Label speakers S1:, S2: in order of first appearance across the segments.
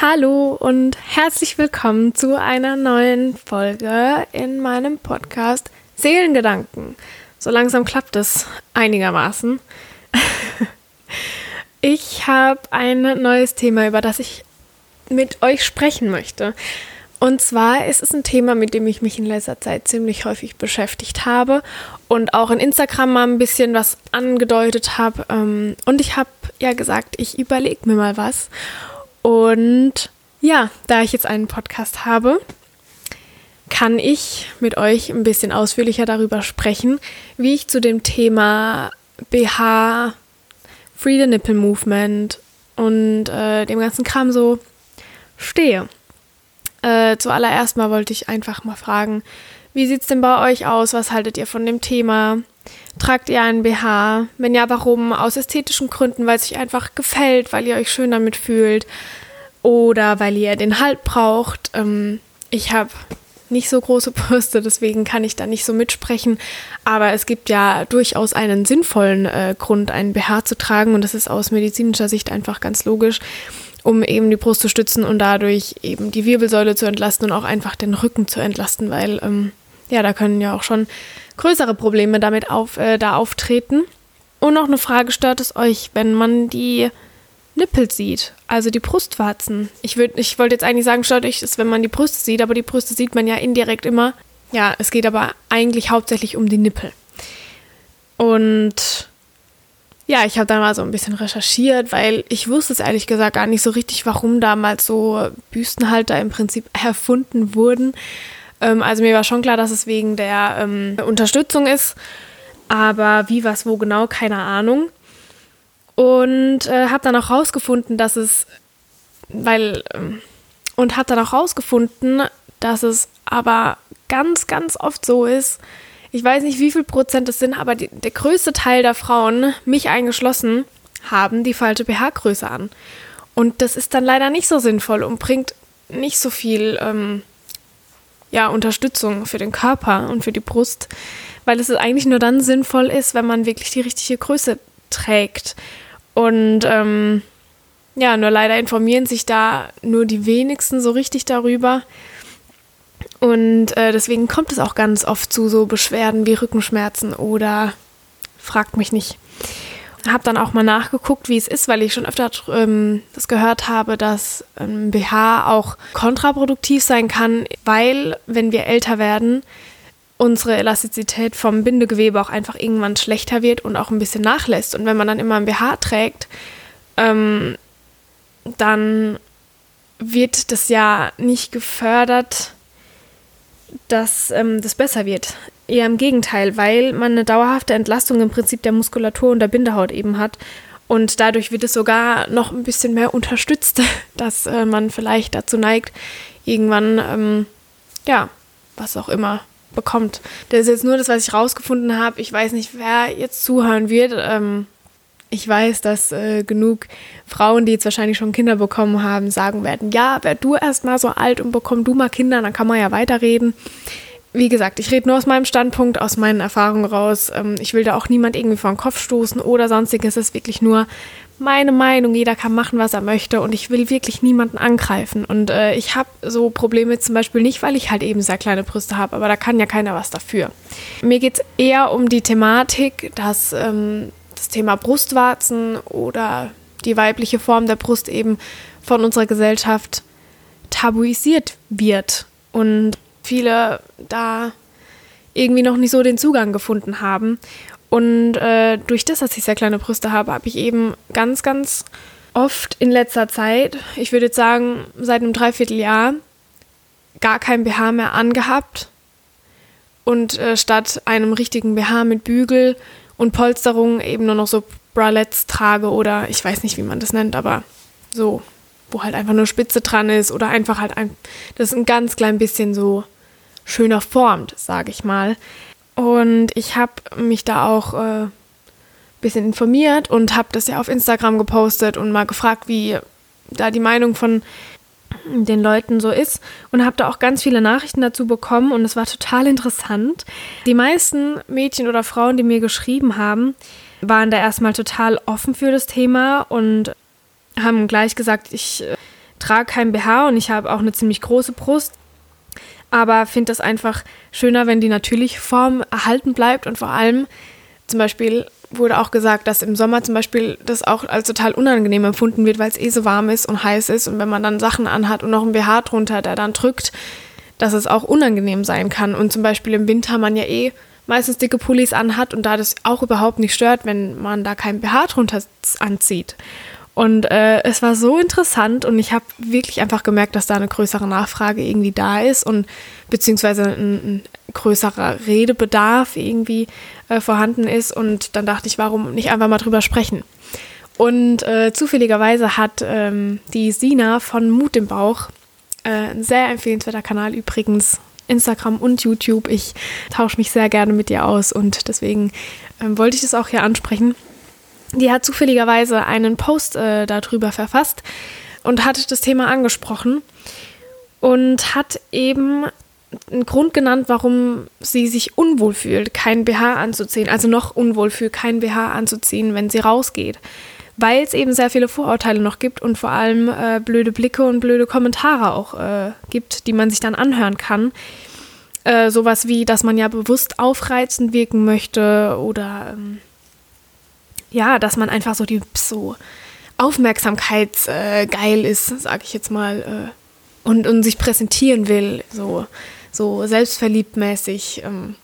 S1: Hallo und herzlich willkommen zu einer neuen Folge in meinem Podcast Seelengedanken. So langsam klappt es einigermaßen. Ich habe ein neues Thema, über das ich mit euch sprechen möchte. Und zwar ist es ein Thema, mit dem ich mich in letzter Zeit ziemlich häufig beschäftigt habe und auch in Instagram mal ein bisschen was angedeutet habe. Und ich habe ja gesagt, ich überlege mir mal was. Und ja, da ich jetzt einen Podcast habe, kann ich mit euch ein bisschen ausführlicher darüber sprechen, wie ich zu dem Thema BH, Free the Nipple Movement und dem ganzen Kram so stehe. Zuallererst mal wollte ich einfach mal fragen, wie sieht es denn bei euch aus? Was haltet ihr von dem Thema? Tragt ihr einen BH? Wenn ja, warum? Aus ästhetischen Gründen, weil es euch einfach gefällt, weil ihr euch schön damit fühlt oder weil ihr den Halt braucht. Ich habe nicht so große Brüste, deswegen kann ich da nicht so mitsprechen. Aber es gibt ja durchaus einen sinnvollen Grund, einen BH zu tragen und das ist aus medizinischer Sicht einfach ganz logisch, um eben die Brust zu stützen und dadurch eben die Wirbelsäule zu entlasten und auch einfach den Rücken zu entlasten, weil da können ja auch schon größere Probleme damit auftreten. Und noch eine Frage, stört es euch, wenn man die Nippel sieht, also die Brustwarzen? Ich wollte jetzt eigentlich sagen, stört euch es, wenn man die Brüste sieht, aber die Brüste sieht man ja indirekt immer. Ja, es geht aber eigentlich hauptsächlich um die Nippel. Und ja, ich habe da mal so ein bisschen recherchiert, weil ich wusste es ehrlich gesagt gar nicht so richtig, warum damals so Büstenhalter im Prinzip erfunden wurden. Also mir war schon klar, dass es wegen der Unterstützung ist, aber wie, was, wo genau, keine Ahnung. Und habe dann auch rausgefunden, dass es aber ganz, ganz oft so ist. Ich weiß nicht, wie viel Prozent es sind, aber der größte Teil der Frauen, mich eingeschlossen, haben die falsche BH-Größe an. Und das ist dann leider nicht so sinnvoll und bringt nicht so viel Unterstützung für den Körper und für die Brust, weil es eigentlich nur dann sinnvoll ist, wenn man wirklich die richtige Größe trägt. Und nur leider informieren sich da nur die wenigsten so richtig darüber. Und deswegen kommt es auch ganz oft zu so Beschwerden wie Rückenschmerzen oder fragt mich nicht. Habe dann auch mal nachgeguckt, wie es ist, weil ich schon öfter das gehört habe, dass BH auch kontraproduktiv sein kann, weil, wenn wir älter werden, unsere Elastizität vom Bindegewebe auch einfach irgendwann schlechter wird und auch ein bisschen nachlässt. Und wenn man dann immer ein BH trägt, dann wird das ja nicht gefördert, dass das besser wird. Eher im Gegenteil, weil man eine dauerhafte Entlastung im Prinzip der Muskulatur und der Bindehaut eben hat. Und dadurch wird es sogar noch ein bisschen mehr unterstützt, dass man vielleicht dazu neigt, irgendwann, was auch immer bekommt. Das ist jetzt nur das, was ich rausgefunden habe. Ich weiß nicht, wer jetzt zuhören wird. Ich weiß, dass genug Frauen, die jetzt wahrscheinlich schon Kinder bekommen haben, sagen werden, ja, werd du erst mal so alt und bekomm du mal Kinder, dann kann man ja weiterreden. Wie gesagt, ich rede nur aus meinem Standpunkt, aus meinen Erfahrungen raus. Ich will da auch niemand irgendwie vor den Kopf stoßen oder sonstiges. Es ist wirklich nur meine Meinung. Jeder kann machen, was er möchte und ich will wirklich niemanden angreifen. Und ich habe so Probleme zum Beispiel nicht, weil ich halt eben sehr kleine Brüste habe, aber da kann ja keiner was dafür. Mir geht es eher um die Thematik, dass das Thema Brustwarzen oder die weibliche Form der Brust eben von unserer Gesellschaft tabuisiert wird und viele da irgendwie noch nicht so den Zugang gefunden haben. Und durch das, dass ich sehr kleine Brüste habe, habe ich eben ganz, ganz oft in letzter Zeit, ich würde jetzt sagen seit einem Dreivierteljahr, gar kein BH mehr angehabt und statt einem richtigen BH mit Bügel und Polsterung eben nur noch so Bralettes trage oder ich weiß nicht, wie man das nennt, aber so, wo halt einfach nur Spitze dran ist oder einfach halt das ein ganz klein bisschen so schöner formt, sage ich mal. Und ich habe mich da auch ein bisschen informiert und habe das ja auf Instagram gepostet und mal gefragt, wie da die Meinung von den Leuten so ist und habe da auch ganz viele Nachrichten dazu bekommen und es war total interessant. Die meisten Mädchen oder Frauen, die mir geschrieben haben, waren da erstmal total offen für das Thema und haben gleich gesagt, ich trage kein BH und ich habe auch eine ziemlich große Brust, aber finde das einfach schöner, wenn die natürliche Form erhalten bleibt. Und vor allem, zum Beispiel wurde auch gesagt, dass im Sommer zum Beispiel das auch als total unangenehm empfunden wird, weil es so warm ist und heiß ist. Und wenn man dann Sachen anhat und noch ein BH drunter, der dann drückt, dass es auch unangenehm sein kann. Und zum Beispiel im Winter man ja meistens dicke Pullis anhat und da das auch überhaupt nicht stört, wenn man da kein BH drunter anzieht. Und es war so interessant und ich habe wirklich einfach gemerkt, dass da eine größere Nachfrage irgendwie da ist und beziehungsweise ein größerer Redebedarf irgendwie vorhanden ist. Und dann dachte ich, warum nicht einfach mal drüber sprechen? Und zufälligerweise hat die Sina von Mut im Bauch, ein sehr empfehlenswerter Kanal übrigens, Instagram und YouTube. Ich tausche mich sehr gerne mit ihr aus und deswegen wollte ich das auch hier ansprechen. Die hat zufälligerweise einen Post darüber verfasst und hat das Thema angesprochen und hat eben einen Grund genannt, warum sie sich unwohl fühlt, kein BH anzuziehen, also noch unwohl fühlt, kein BH anzuziehen, wenn sie rausgeht. Weil es eben sehr viele Vorurteile noch gibt und vor allem blöde Blicke und blöde Kommentare auch gibt, die man sich dann anhören kann. Sowas wie, dass man ja bewusst aufreizend wirken möchte oder dass man einfach so aufmerksamkeitsgeil ist, sage ich jetzt mal, und sich präsentieren will, so selbstverliebt-mäßig,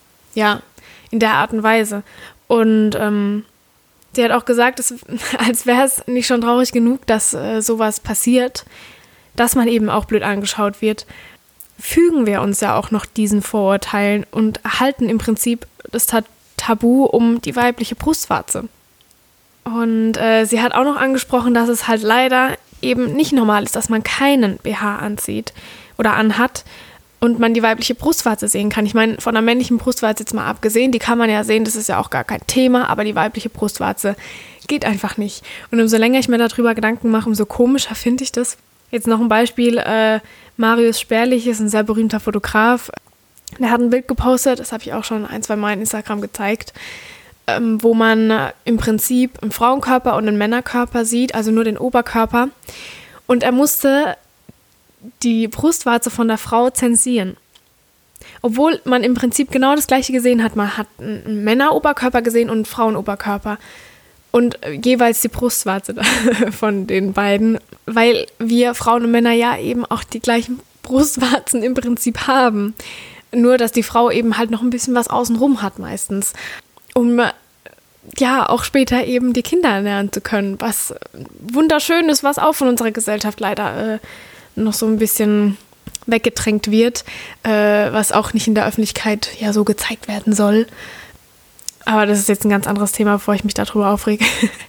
S1: in der Art und Weise. Und sie hat auch gesagt, als wäre es nicht schon traurig genug, dass sowas passiert, dass man eben auch blöd angeschaut wird, fügen wir uns ja auch noch diesen Vorurteilen und erhalten im Prinzip das Tabu um die weibliche Brustwarze. Und sie hat auch noch angesprochen, dass es halt leider eben nicht normal ist, dass man keinen BH anzieht oder anhat und man die weibliche Brustwarze sehen kann. Ich meine, von der männlichen Brustwarze jetzt mal abgesehen, die kann man ja sehen, das ist ja auch gar kein Thema, aber die weibliche Brustwarze geht einfach nicht. Und umso länger ich mir darüber Gedanken mache, umso komischer finde ich das. Jetzt noch ein Beispiel, Marius Sperlich ist ein sehr berühmter Fotograf. Der hat ein Bild gepostet, das habe ich auch schon 1-2 Mal in Instagram gezeigt, wo man im Prinzip einen Frauenkörper und einen Männerkörper sieht, also nur den Oberkörper. Und er musste die Brustwarze von der Frau zensieren. Obwohl man im Prinzip genau das Gleiche gesehen hat. Man hat einen Männeroberkörper gesehen und einen Frauenoberkörper. Und jeweils die Brustwarze von den beiden, weil wir Frauen und Männer ja eben auch die gleichen Brustwarzen im Prinzip haben. Nur, dass die Frau eben halt noch ein bisschen was außenrum hat meistens, um auch später eben die Kinder ernähren zu können, was wunderschön ist, was auch von unserer Gesellschaft leider noch so ein bisschen weggedrängt wird, was auch nicht in der Öffentlichkeit ja so gezeigt werden soll. Aber das ist jetzt ein ganz anderes Thema, bevor ich mich darüber aufrege.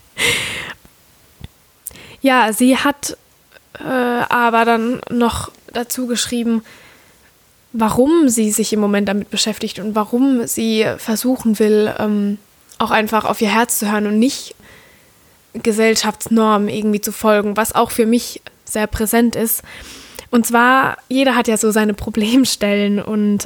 S1: Ja, sie hat aber dann noch dazu geschrieben, warum sie sich im Moment damit beschäftigt und warum sie versuchen will, auch einfach auf ihr Herz zu hören und nicht Gesellschaftsnormen irgendwie zu folgen, was auch für mich sehr präsent ist. Und zwar, jeder hat ja so seine Problemstellen und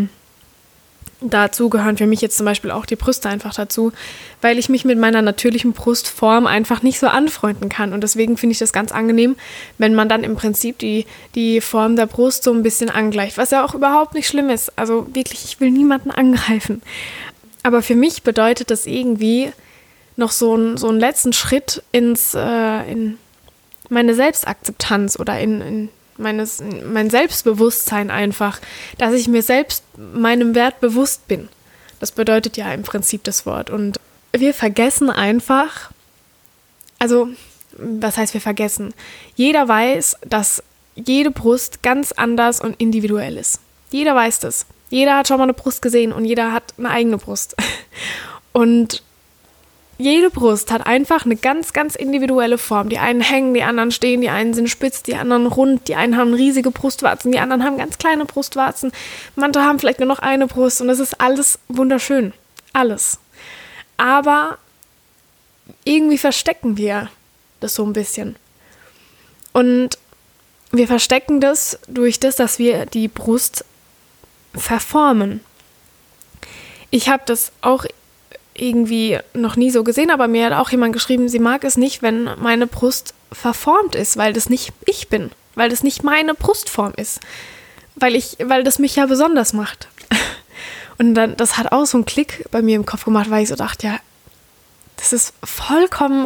S1: dazu gehören für mich jetzt zum Beispiel auch die Brüste einfach dazu, weil ich mich mit meiner natürlichen Brustform einfach nicht so anfreunden kann. Und deswegen finde ich das ganz angenehm, wenn man dann im Prinzip die Form der Brust so ein bisschen angleicht, was ja auch überhaupt nicht schlimm ist. Also wirklich, ich will niemanden angreifen. Aber für mich bedeutet das irgendwie noch so einen letzten Schritt in meine Selbstakzeptanz oder in mein Selbstbewusstsein einfach, dass ich mir selbst meinem Wert bewusst bin. Das bedeutet ja im Prinzip das Wort. Und wir vergessen einfach, also was heißt wir vergessen? Jeder weiß, dass jede Brust ganz anders und individuell ist. Jeder weiß das. Jeder hat schon mal eine Brust gesehen und jeder hat eine eigene Brust. Und jede Brust hat einfach eine ganz, ganz individuelle Form. Die einen hängen, die anderen stehen, die einen sind spitz, die anderen rund, die einen haben riesige Brustwarzen, die anderen haben ganz kleine Brustwarzen. Manche haben vielleicht nur noch eine Brust und es ist alles wunderschön. Alles. Aber irgendwie verstecken wir das so ein bisschen. Und wir verstecken das durch das, dass wir die Brust verformen. Ich habe das auch irgendwie noch nie so gesehen, aber mir hat auch jemand geschrieben, sie mag es nicht, wenn meine Brust verformt ist, weil das nicht ich bin. weil das nicht meine Brustform ist, weil das mich ja besonders macht. Und dann, das hat auch so einen Klick bei mir im Kopf gemacht, weil ich so dachte, ja, das ist vollkommen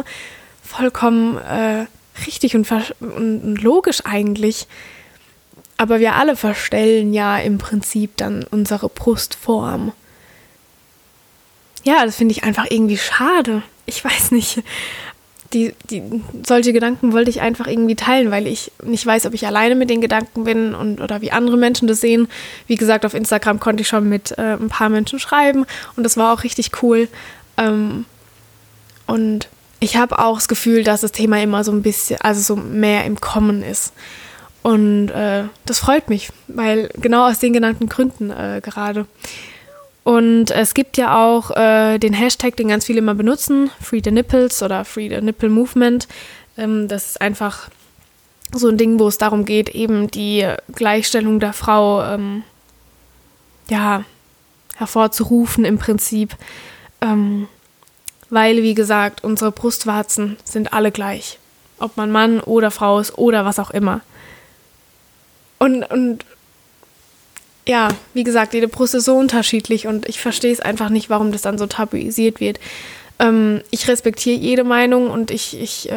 S1: richtig und logisch eigentlich. Aber wir alle verstellen ja im Prinzip dann unsere Brustform. Ja, das finde ich einfach irgendwie schade. Ich weiß nicht. Solche Gedanken wollte ich einfach irgendwie teilen, weil ich nicht weiß, ob ich alleine mit den Gedanken bin oder wie andere Menschen das sehen. Wie gesagt, auf Instagram konnte ich schon mit ein paar Menschen schreiben und das war auch richtig cool. Und ich habe auch das Gefühl, dass das Thema immer so ein bisschen, also so mehr im Kommen ist. Und das freut mich, weil genau aus den genannten Gründen gerade. Und es gibt ja auch den Hashtag, den ganz viele immer benutzen, Free the Nipples oder Free the Nipple Movement. Das ist einfach so ein Ding, wo es darum geht, eben die Gleichstellung der Frau hervorzurufen im Prinzip. Weil, wie gesagt, unsere Brustwarzen sind alle gleich. Ob man Mann oder Frau ist oder was auch immer. Und ja, wie gesagt, jede Brust ist so unterschiedlich und ich verstehe es einfach nicht, warum das dann so tabuisiert wird. Ich respektiere jede Meinung und ich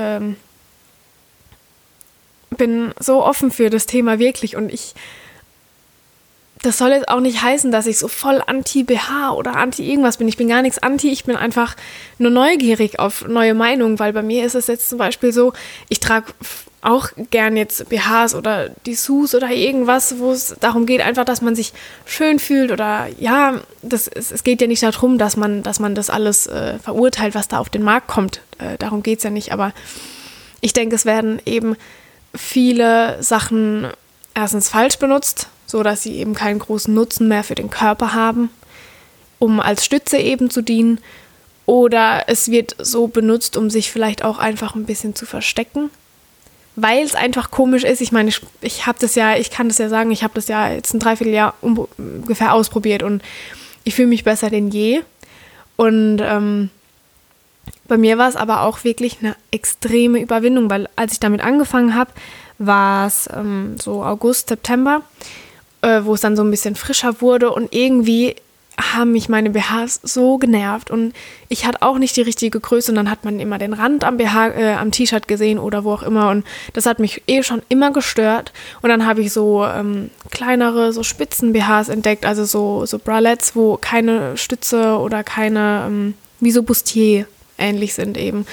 S1: bin so offen für das Thema wirklich und das soll jetzt auch nicht heißen, dass ich so voll anti-BH oder anti-irgendwas bin. Ich bin gar nichts anti, ich bin einfach nur neugierig auf neue Meinungen, weil bei mir ist es jetzt zum Beispiel so, ich trage auch gern jetzt BHs oder Dessous oder irgendwas, wo es darum geht, einfach, dass man sich schön fühlt oder ja, es geht ja nicht darum, dass man das alles verurteilt, was da auf den Markt kommt. Darum geht es ja nicht, aber ich denke, es werden eben viele Sachen erstens falsch benutzt, so dass sie eben keinen großen Nutzen mehr für den Körper haben, um als Stütze eben zu dienen. Oder es wird so benutzt, um sich vielleicht auch einfach ein bisschen zu verstecken, weil es einfach komisch ist. Ich meine, ich kann das ja sagen, ich habe das ja jetzt ein Dreivierteljahr ungefähr ausprobiert und ich fühle mich besser denn je. Und bei mir war es aber auch wirklich eine extreme Überwindung, weil als ich damit angefangen habe, war es so August, September, wo es dann so ein bisschen frischer wurde und irgendwie haben mich meine BHs so genervt und ich hatte auch nicht die richtige Größe und dann hat man immer den Rand am BH, am T-Shirt gesehen oder wo auch immer und das hat mich schon immer gestört und dann habe ich so kleinere, so Spitzen-BHs entdeckt, also so Bralettes, wo keine Stütze oder keine, wie so Bustier ähnlich sind eben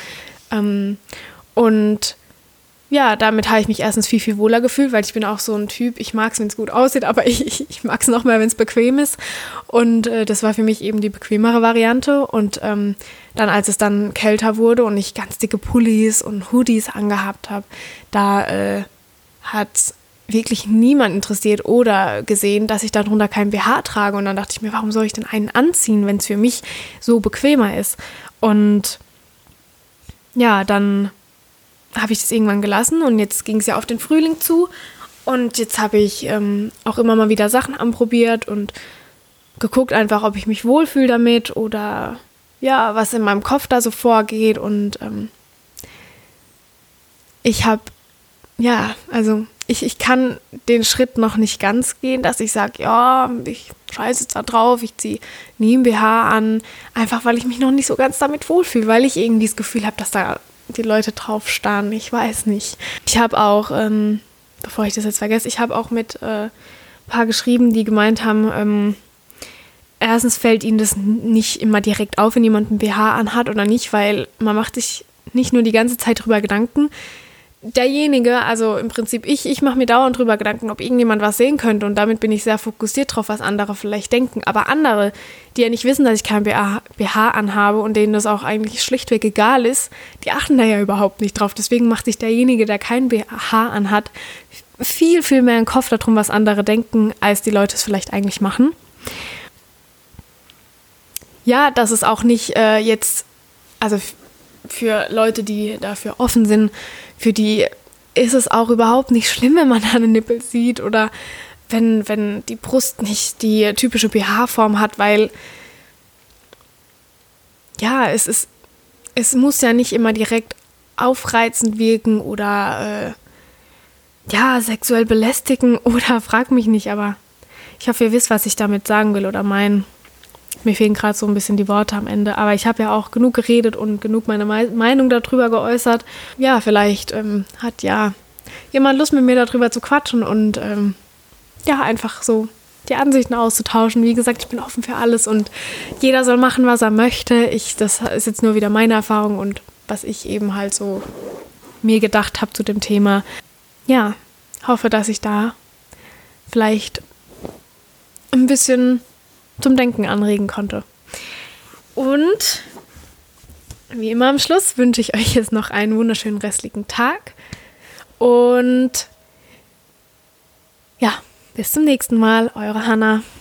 S1: und ja, damit habe ich mich erstens viel, viel wohler gefühlt, weil ich bin auch so ein Typ, ich mag es, wenn es gut aussieht, aber ich mag es noch mehr, wenn es bequem ist. Und das war für mich eben die bequemere Variante. Und dann, als es dann kälter wurde und ich ganz dicke Pullis und Hoodies angehabt habe, da hat wirklich niemand interessiert oder gesehen, dass ich darunter kein BH trage. Und dann dachte ich mir, warum soll ich denn einen anziehen, wenn es für mich so bequemer ist? Und ja, dann habe ich das irgendwann gelassen und jetzt ging es ja auf den Frühling zu und jetzt habe ich auch immer mal wieder Sachen anprobiert und geguckt einfach, ob ich mich wohlfühle damit oder ja, was in meinem Kopf da so vorgeht und ich kann den Schritt noch nicht ganz gehen, dass ich sage, ja, ich scheiße jetzt da drauf, ich ziehe nie ein BH an, einfach weil ich mich noch nicht so ganz damit wohlfühle, weil ich irgendwie das Gefühl habe, dass da die Leute drauf starren, ich weiß nicht. Ich habe auch, bevor ich das jetzt vergesse, ich habe auch mit ein paar geschrieben, die gemeint haben, erstens fällt ihnen das nicht immer direkt auf, wenn jemand ein BH anhat oder nicht, weil man macht sich nicht nur die ganze Zeit drüber Gedanken. Derjenige, also im Prinzip ich mache mir dauernd drüber Gedanken, ob irgendjemand was sehen könnte und damit bin ich sehr fokussiert drauf, was andere vielleicht denken. Aber andere, die ja nicht wissen, dass ich kein BH anhabe und denen das auch eigentlich schlichtweg egal ist, die achten da ja überhaupt nicht drauf. Deswegen macht sich derjenige, der kein BH anhat, viel, viel mehr im Kopf darum, was andere denken, als die Leute es vielleicht eigentlich machen. Ja, das ist auch nicht also für Leute, die dafür offen sind, für die ist es auch überhaupt nicht schlimm, wenn man da eine Nippel sieht oder wenn die Brust nicht die typische BH-Form hat, weil ja, es muss ja nicht immer direkt aufreizend wirken oder ja, sexuell belästigen oder frag mich nicht, aber ich hoffe, ihr wisst, was ich damit sagen will oder mein. Mir fehlen gerade so ein bisschen die Worte am Ende, aber ich habe ja auch genug geredet und genug meine Meinung darüber geäußert. Ja, vielleicht hat ja jemand Lust, mit mir darüber zu quatschen und ja, einfach so die Ansichten auszutauschen. Wie gesagt, ich bin offen für alles und jeder soll machen, was er möchte. Das ist jetzt nur wieder meine Erfahrung und was ich eben halt so mir gedacht habe zu dem Thema. Ja, hoffe, dass ich da vielleicht ein bisschen zum Denken anregen konnte. Und wie immer am Schluss wünsche ich euch jetzt noch einen wunderschönen restlichen Tag. Und ja, bis zum nächsten Mal, eure Hannah.